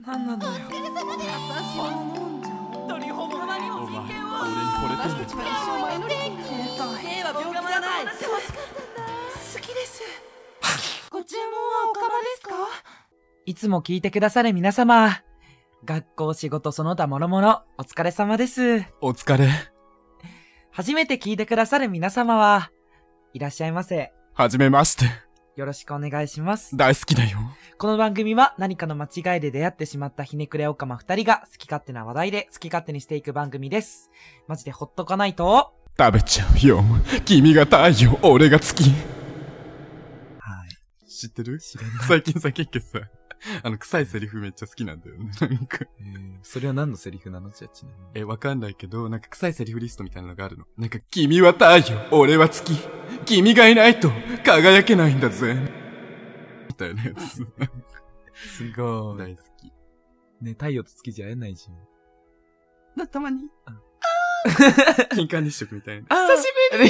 なんなのよ。私も思うんじゃん。 鳥ほどまにも人権を。 私たちは一生マイノリティになった。 兵は病気じゃない。 好きです。ご注文はおかまですか？ いつも聞いてくださる皆様。学校、仕事、その他諸々、お疲れ様です。 お疲れ。 初めて聞いてくださる皆様は、いらっしゃいませ。 はじめまして。 よろしくお願いします。 大好きだよ。 この番組は何かの間違いで出会ってしまったひねくれおかま二人が好き勝手な話題で好き勝手にしていく番組です。マジでほっとかないと。 食べちゃうよ。君が太陽、俺が月。はい。知ってる？ 知らない。 最近さ、結構さ、臭いセリフめっちゃ好きなんだよね。なんか。 それは何のセリフなの？じゃあちなみに。 わかんないけど、なんか臭いセリフリストみたいなのがあるの。なんか、君は太陽、俺は月。君がいないと輝けないんだぜ。みたいなやつ。 すごい。 大好き。 ね、太陽と月じゃ会えないじゃん。 たまに。金環日食みたいな。 久し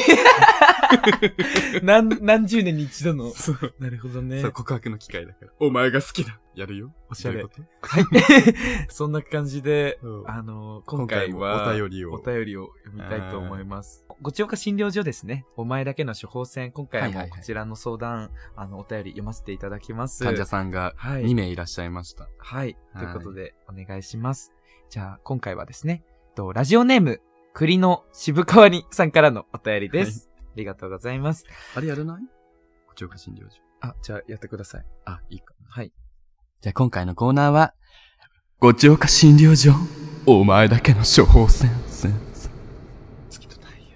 ぶり何十年に一度の。 そう。 なるほどね。 そう、告白の機会だから。お前が好きだ。やるよ。 おしゃれ。 はい。 そんな感じで、 うん今回はお便りを読みたいと思います。ごちおか診療所ですね。お前だけの処方箋。今回もこちらの相談、お便り読ませていただきます。 患者さんが2名いらっしゃいました。 はい。ということで、お願いします。じゃあ、今回はですね、ラジオネーム、栗の渋川にさんからのお便りです。ありがとうございます。 あれやらない？ごちおか診療所。 じゃあやってください。 いいかな。 はい。 じゃあ今回のコーナーは、ごちおか診療所、お前だけの処方箋。月と太陽。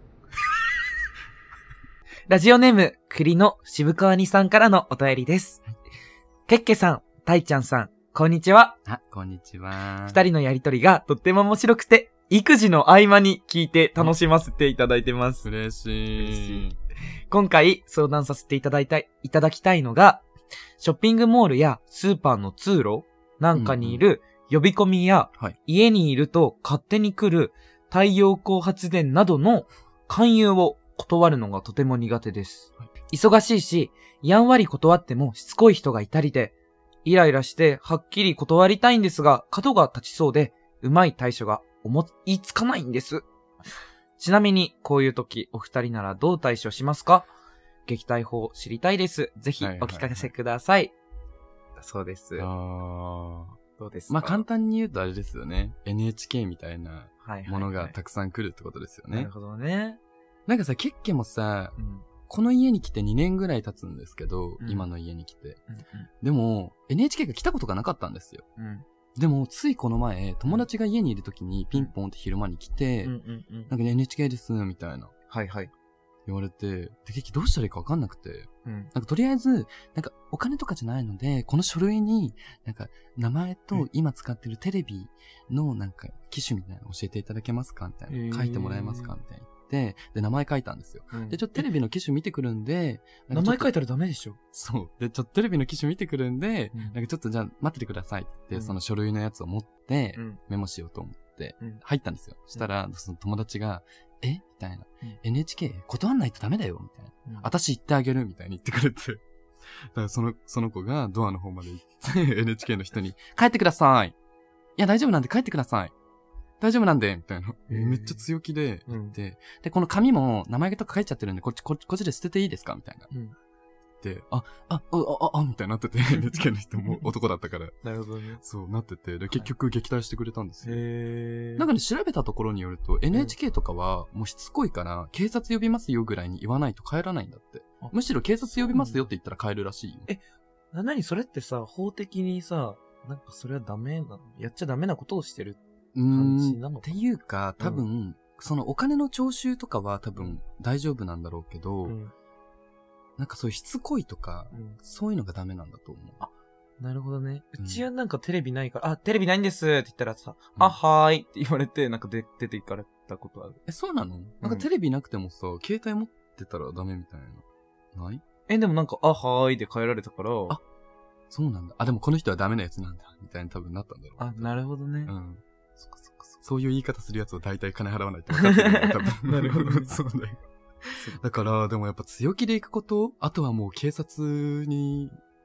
ラジオネーム、栗の渋川にさんからのお便りです。けっけさん、たいちゃんさん、こんにちは。 こんにちは。 二人のやりとりがとっても面白くて、育児の合間に聞いて楽しませていただいてます。 嬉しい。 今回相談させていただきたいのが、ショッピングモールやスーパーの通路なんかにいる呼び込みや、家にいると勝手に来る太陽光発電などの勧誘を断るのがとても苦手です。忙しいし、やんわり断ってもしつこい人がいたりで、イライラしてはっきり断りたいんですが、角が立ちそうで、うまい対処が思いつかないんです。ちなみに、こういう時、お二人ならどう対処しますか？撃退法知りたいです。ぜひ、お聞かせください。そうです。どうですか？ 簡単に言うとあれですよね。NHK みたいなものがたくさん来るってことですよね。 なるほどね。 なんかさ、ケッケもさ、この家に来て2年ぐらい経つんですけど、今の家に来て。でも、NHK が来たことがなかったんですよ。でも、ついこの前、友達が家にいる時にピンポンって昼間に来て、なんかね、NHK です、みたいな。言われて、で、結局どうしたらいいかわかんなくて。なんかとりあえず、なんかお金とかじゃないので、この書類に、なんか名前と今使ってるテレビのなんか機種みたいなの教えていただけますかみたいな。書いてもらえますかみたいな。で、名前書いたんですよ。で、ちょっとテレビの機種見てくるんで、 名前書いたらダメでしょ？ そう。で、ちょっとテレビの機種見てくるんで、なんかちょっとじゃあ待っててくださいって言って、その書類のやつを持って、メモしようと思って、入ったんですよ。そしたら、その友達が、みたいな。NHK 断んないとダメだよみたいな。私行ってあげるみたいに言ってくれて。だからその子がドアの方まで行って、NHK の人に、帰ってください。いや、大丈夫なんで帰ってください。大丈夫なんで、みたいな。めっちゃ強気で言って、で、この紙も名前とか書いちゃってるんで、こっちで捨てていいですかみたいな。で、みたいになってて、NHK の人も男だったから。 なるほどね。 そうなってて、で、結局撃退してくれたんですよ。なんかね、調べたところによると、NHK とかは、もうしつこいから、警察呼びますよぐらいに言わないと帰らないんだって。むしろ警察呼びますよって言ったら帰るらしいよ。 何それってさ、法的にさ、なんかそれはダメなの？やっちゃダメなことをしてる感じなのかな？ っていうか、多分、そのお金の徴収とかは多分大丈夫なんだろうけど、なんかそういうしつこいとか、そういうのがダメなんだと思う。 なるほどね。うちはなんかテレビないから、テレビないんですって言ったらさ、はーいって言われて、なんか出て行かれたことある。 そうなの？なんかテレビなくてもさ、携帯持ってたらダメみたいな。ない？ でもなんか、はーいで帰られたから、 そうなんだ。でもこの人はダメなやつなんだ。みたいに多分なったんだろう。 なるほどね。 そういう言い方するやつは大体金払わないって分かってるんだよ、多分。 なるほどね。 そうだよ。だから、でもやっぱ強気で行くこと、あとはもう警察に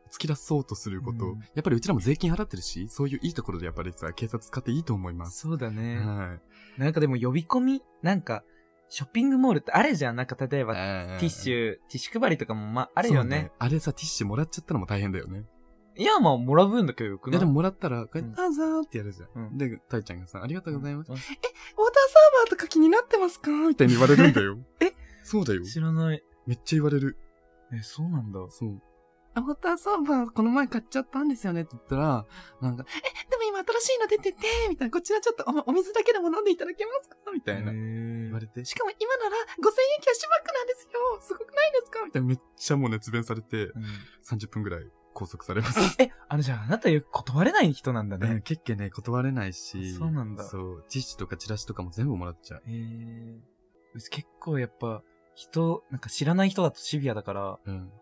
突き出そうとすること、 うんやっぱりうちらも税金払ってるし、そういういいところでやっぱりさ、警察使っていいと思います。 そうだね。 はなんかでも呼び込みなんか、ショッピングモールってあるじゃん。なんか例えば、 い。 ティッシュ配りとかもあるよね。 あれさ、ティッシュもらっちゃったのも大変だよね。 いや、まあ、もらう分だけどよくない？ でももらったら、こうやって、 うんどうぞーってやるじゃん。 うんで、たいちゃんがさ、ありがとうございます。 うんウォーターサーバーとか気になってますかみたいに言われるんだよ。 えそうだよ。 知らない。 めっちゃ言われる。 そうなんだ。 そう。ウォーターサーバーこの前買っちゃったんですよねって言ったら、なんか、でも今新しいの出てて、みたいな、こちらちょっとお水だけでも飲んでいただけますかみたいな。言われて、しかも今なら5000円キャッシュバックなんですよすごくないですかみたいな、めっちゃもう熱弁されて、30分ぐらい拘束されます。 じゃああなたよく断れない人なんだね。 結構ね、断れないし。 そうなんだ。 そう。ティッシュとかチラシとかも全部もらっちゃう。 うち結構やっぱ、なんか知らない人だとシビアだから、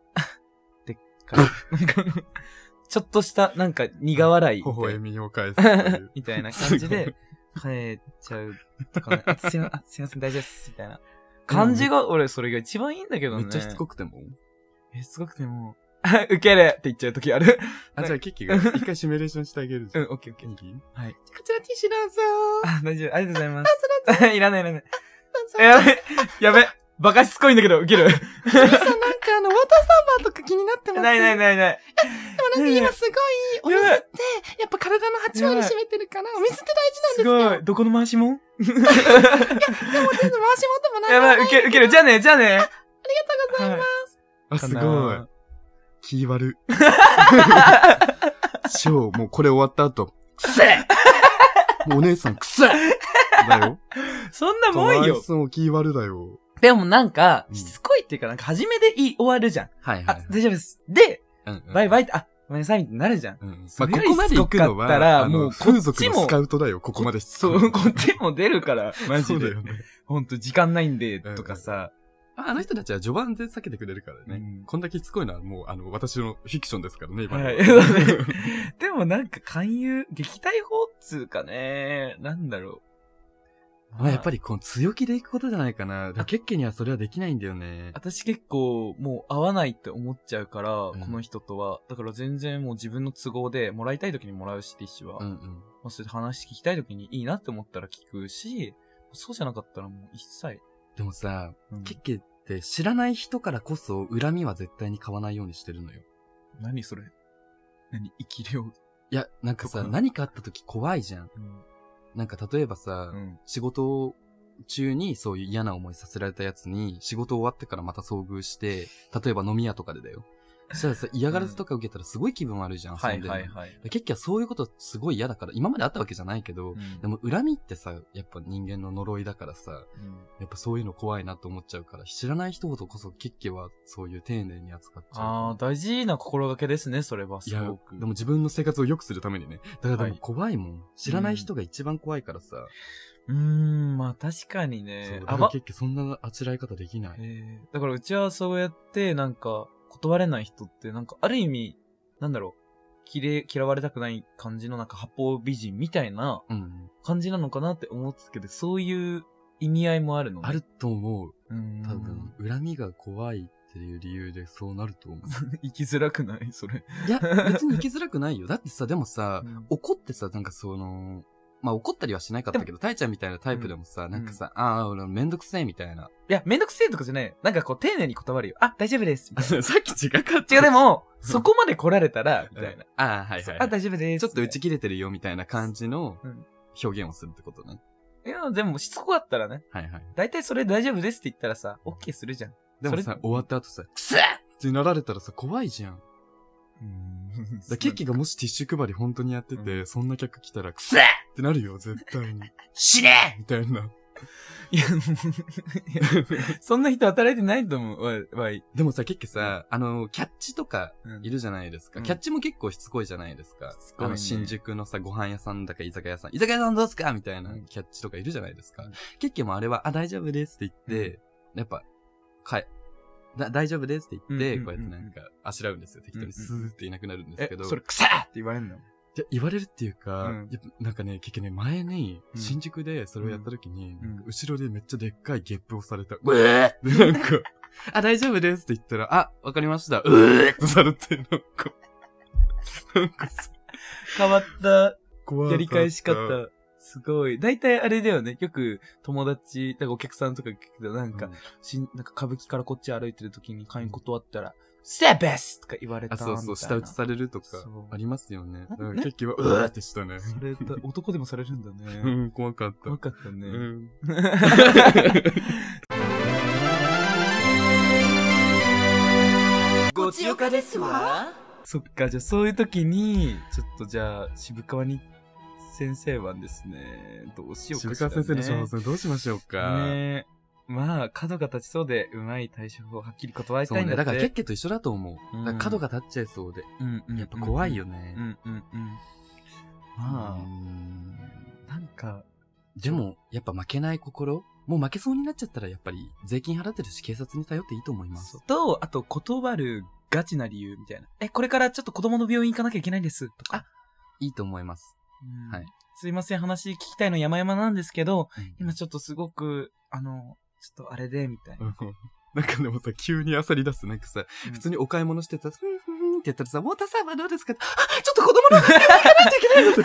なんかちょっとした、なんか苦笑い。 微笑みを返すっていう。 みたいな感じで、帰っちゃうとかね。すいません、大丈夫です。みたいな。感じが、俺、それが一番いいんだけどね。 めっちゃしつこくてもしつこくても、受けるって言っちゃうときある。 じゃあ、キッキが一回シミュレーションしてあげるじゃん。 オッケー。はい。 こちらティッシュどうぞ大丈夫。ありがとうございます。いらない。やべ。バカしつこいんだけど、受ける。 皆さんなんかウォーターサーバーとか気になってます？ ない。 でもなんか今すごい、お水って、やっぱ体の8割占めてるから、お水って大事なんですよ。 すごい。どこの回しもん？ でも全然回し元もない。 やばい、受ける。じゃあね。 ありがとうございます。 あ、すごい。気悪。もうこれ終わった後。 くせえもうお姉さんくせえだよ。 そんなもんよ。 そう、気悪だよ。 でもなんか、しつこいっていうか、なんか初めで終わるじゃん。 はい。 大丈夫です。で、バイバイって、ごめんなさいってなるじゃん。 まあ、ここまで行くのは、もう、風俗のスカウトだよ、ここまで。 そう、こっちも出るから、マジで。 そうだよね。 ほんと、時間ないんで、とかさ。 あの人たちは序盤で避けてくれるからね。こんだけしつこいのはもう、私のフィクションですからね、今。 はい。でもなんか勧誘、撃退法っつうかね、なんだろう。 まあやっぱりこの強気で行くことじゃないかな。ケッケにはそれはできないんだよね。 私結構もう会わないって思っちゃうから、この人とは。だから全然もう自分の都合で、もらいたい時にもらうし、ティッシュは。それで話聞きたい時にいいなって思ったら聞くし、そうじゃなかったらもう一切。 でもさ、ケッケって知らない人からこそ恨みは絶対に買わないようにしてるのよ。 何それ？生き量？ いや、なんかさ、何かあった時怖いじゃん。なんか例えばさ、仕事中にそういう嫌な思いさせられたやつに仕事終わってからまた遭遇して、例えば飲み屋とかでだよ。そしたらさ、嫌がらせとか受けたらすごい気分悪いじゃん、遊んでるの。結局はそういうことすごい嫌だから、今まであったわけじゃないけど、でも恨みってさ、やっぱ人間の呪いだからさ、やっぱそういうの怖いなと思っちゃうから、知らない人ほどこそ結局はそういう丁寧に扱っちゃう。 大事な心がけですね、それは。 すごく。でも自分の生活を良くするためにね。だからでも怖いもん。知らない人が一番怖いからさ。 まあ確かにね。 だから結局そんなあつらい方できない。 だからうちはそうやってなんか、断れない人ってなんかある意味、なんだろう、嫌われたくない感じのなんか八方美人みたいな感じなのかなって思ってたけど、そういう意味合いもあるのね。 あると思う。多分、恨みが怖いっていう理由でそうなると思う。 生きづらくないそれ。 いや、別に生きづらくないよ。だってさ、でもさ、怒ってさ、なんかまあ怒ったりはしなかったけど、タイちゃんみたいなタイプでもさ、なんかさ、俺めんどくせえみたいな。 いや、めんどくせえとかじゃない。なんかこう丁寧に断るよ。大丈夫です。 さっき違かった。 違う、でも、そこまで来られたら、みたいな。 はいはい。 大丈夫です。 ちょっと打ち切れてるよみたいな感じの表現をするってことね。 いや、でもしつこかったらね。 はいはい。 だいたいそれ大丈夫ですって言ったらさ、OK するじゃん。 でもさ、終わった後さ、くせえってなられたらさ、怖いじゃん。ケッキがもしティッシュ配り本当にやってて、そんな客来たら、くせえってなるよ、絶対に。死ねみたいな。 いや、そんな人働いてないと思う。 でもさ、ケッキさ、キャッチとかいるじゃないですか。キャッチも結構しつこいじゃないですか。新宿のさ、ご飯屋さんだか居酒屋さんどうすかみたいなキャッチとかいるじゃないですか。ケッキもあれは、大丈夫ですって言って、やっぱ、大丈夫ですって言って、こうやってなんか、あしらうんですよ。適当にスーっていなくなるんですけど。 それ、くさーって言われるの？ いや、言われるっていうか、なんかね、結局ね、前に、新宿でそれをやった時に、後ろでめっちゃでっかいゲップをされた。で、なんか、大丈夫ですって言ったら、わかりました。ってされて、なんか、 変わった怖やり返し方。すごい。だいたいあれだよね。よく友達、なんかお客さんとか聞くけど、なんか、なんか歌舞伎からこっち歩いてる時に会員断ったら、ステップスとか言われたみたいな。 そう、下打ちされるとかありますよね。結局は、うわーってしたね。 それ男でもされるんだね。 うん、怖かった。 怖かったね。 ごちよかですわ。 そっか、じゃあそういう時に、ちょっとじゃあ、渋川に先生はですね、どうしようかしら、ね。 渋川先生の処方箋どうしましょうか。 ねまあ、角が立ちそうで、うまい対処法をはっきり断りたいんだって。 だから、ケッケと一緒だと思う。だから角が立っちゃいそうで。やっぱ怖いよね。 まあ、なんか、 でも、やっぱ負けない心もう負けそうになっちゃったら、やっぱり、税金払ってるし、警察に頼っていいと思います。 と、あと、断るガチな理由みたいな。これからちょっと子供の病院行かなきゃいけないんです。とか。 いいと思います。はい。 すいません、話聞きたいの山々なんですけど、今ちょっとすごく、ちょっとあれで、みたいな。 なんかでもさ、急に焦り出す。なんかさ、普通にお買い物してたら、ふんふんって言ったらさ、モーターさんはどうですか？ちょっと子供の病院行かないといけ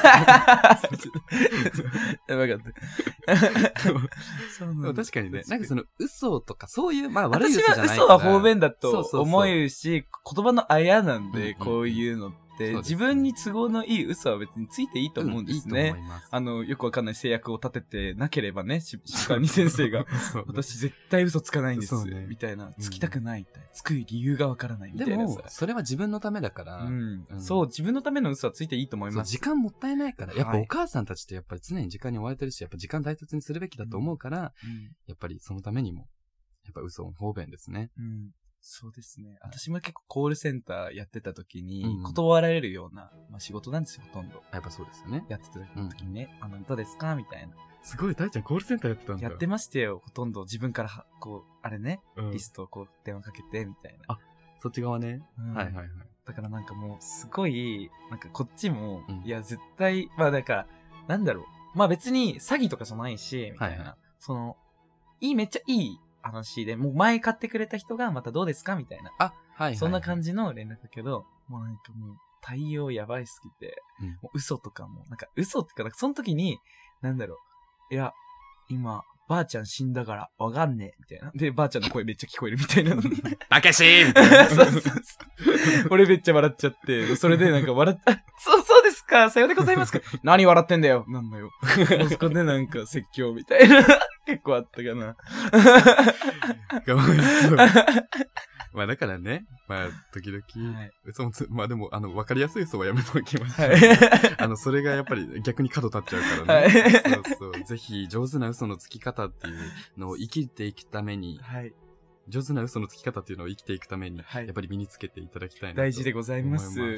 ないのやばかった。 そうなん確かにね、なんかその嘘とかそういう、まあ悪い嘘じゃないから。 私は嘘は方便だと思うし、言葉のあやなんで、こういうのって。自分に都合のいい嘘は別についていいと思うんですね。 いいと思います。 よくわかんない制約を立ててなければね、渋川に先生が、私絶対嘘つかないんです、みたいな、つきたくないみたいな、つく理由がわからないみたいな。 でも、それは自分のためだから、 そう、自分のための嘘はついていいと思います。 時間もったいないから、やっぱお母さんたちってやっぱり常に時間に追われてるし、やっぱ時間大切にするべきだと思うから、やっぱりそのためにも、やっぱ嘘も方便ですね。 そうですね。私も結構コールセンターやってた時に、断られるような、まあ仕事なんですよ、ほとんど。 やっぱそうですよね。 やってた時にね、どうですかみたいな。 すごい、大ちゃんコールセンターやってたんだ。 やってましたよ、ほとんど。自分からこう、あれね、リストをこう、電話かけて、みたいな。 あ、そっち側ね。はいはいはい。 だからなんかもう、すごい、なんかこっちも、いや、絶対、まあだから、なんだろう。まあ別に詐欺とかじゃないし、みたいな。めっちゃいい話で、もう前買ってくれた人がまたどうですかみたいな。そんな感じの連絡だけど、もうなんかもう対応やばいすぎて、もう嘘とかも、なんか嘘ってか、その時に、なんだろう。いや、今、ばあちゃん死んだからわかんねえ、みたいな。で、ばあちゃんの声めっちゃ聞こえるみたいな。 たけしーみたいな。 俺めっちゃ笑っちゃって、それでなんか笑っそうですか、さようでございますか。何笑ってんだよ。なんだよ。もうそこでなんか説教みたいな。結構あったかな。 かわいそう。まあだからね、まあ時々、嘘もまあでもわかりやすい嘘はやめておきましょう。それがやっぱり逆に角立っちゃうからね。そう。ぜひ上手な嘘のつき方っていうのを生きていくために、上手な嘘のつき方っていうのを生きていくために、やっぱり身につけていただきたいなと思います。 大事でございます。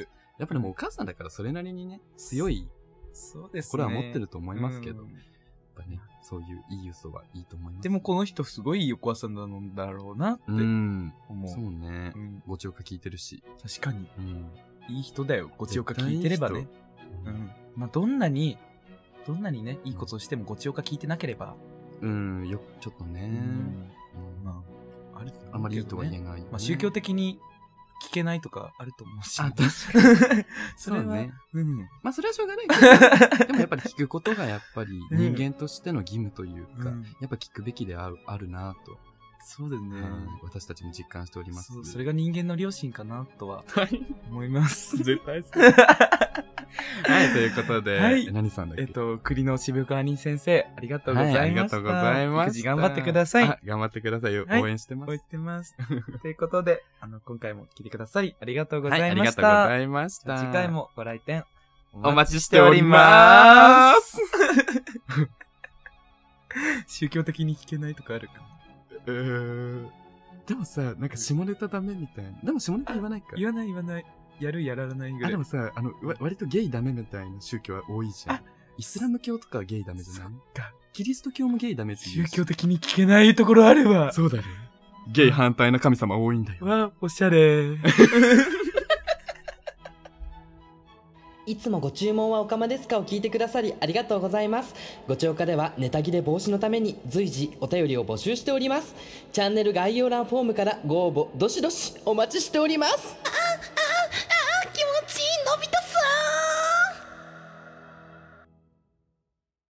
やっぱりもうお母さんだからそれなりにね、強い、これは持ってると思いますけど、やっぱね、そういういい嘘はいいと思います。 でもこの人すごいいいお母さんなんだろうなって思う。 そうね。ごちよか聞いてるし。 確かに。いい人だよ。ごちよか聞いてればね。まあどんなにね、いいことをしてもごちよか聞いてなければ。 ちょっとね。 まあ、 あんまりいいとは言えない。 まあ宗教的に聞けないとかあると思うし。 確かに。それはね。まあそれはしょうがないけど。でもやっぱり聞くことがやっぱり人間としての義務というか、やっぱ聞くべきであるなと。 そうですね。 私たちも実感しております。 それが人間の良心かなとは思います。 絶対そう。はい、ということで、何さんだっけ？ 栗の渋川に先生、ありがとうございました。ありがとうございました。 育児頑張ってください。 頑張ってくださいよ。応援してます。 応援してます。ということで、今回も聞いてくださり、ありがとうございました。 ありがとうございました。 次回もご来店お待ちしておりまーす。 宗教的に聞けないとかあるか？ でもさ、なんか下ネタダメみたいな。でも下ネタ言わないか。 言わない。やるやらないぐらい。 でもさ、割とゲイダメみたいな宗教は多いじゃん。イスラム教とかはゲイダメじゃない？キリスト教もゲイダメって言う。 宗教的に聞けないところあれば。 そうだね。ゲイ反対な神様多いんだよ。 わ、おしゃれ。 いつもご注文はおかまですかを聞いてくださりありがとうございます。ごちよかではネタ切れ防止のために随時お便りを募集しております。チャンネル概要欄フォームからご応募どしどしお待ちしております。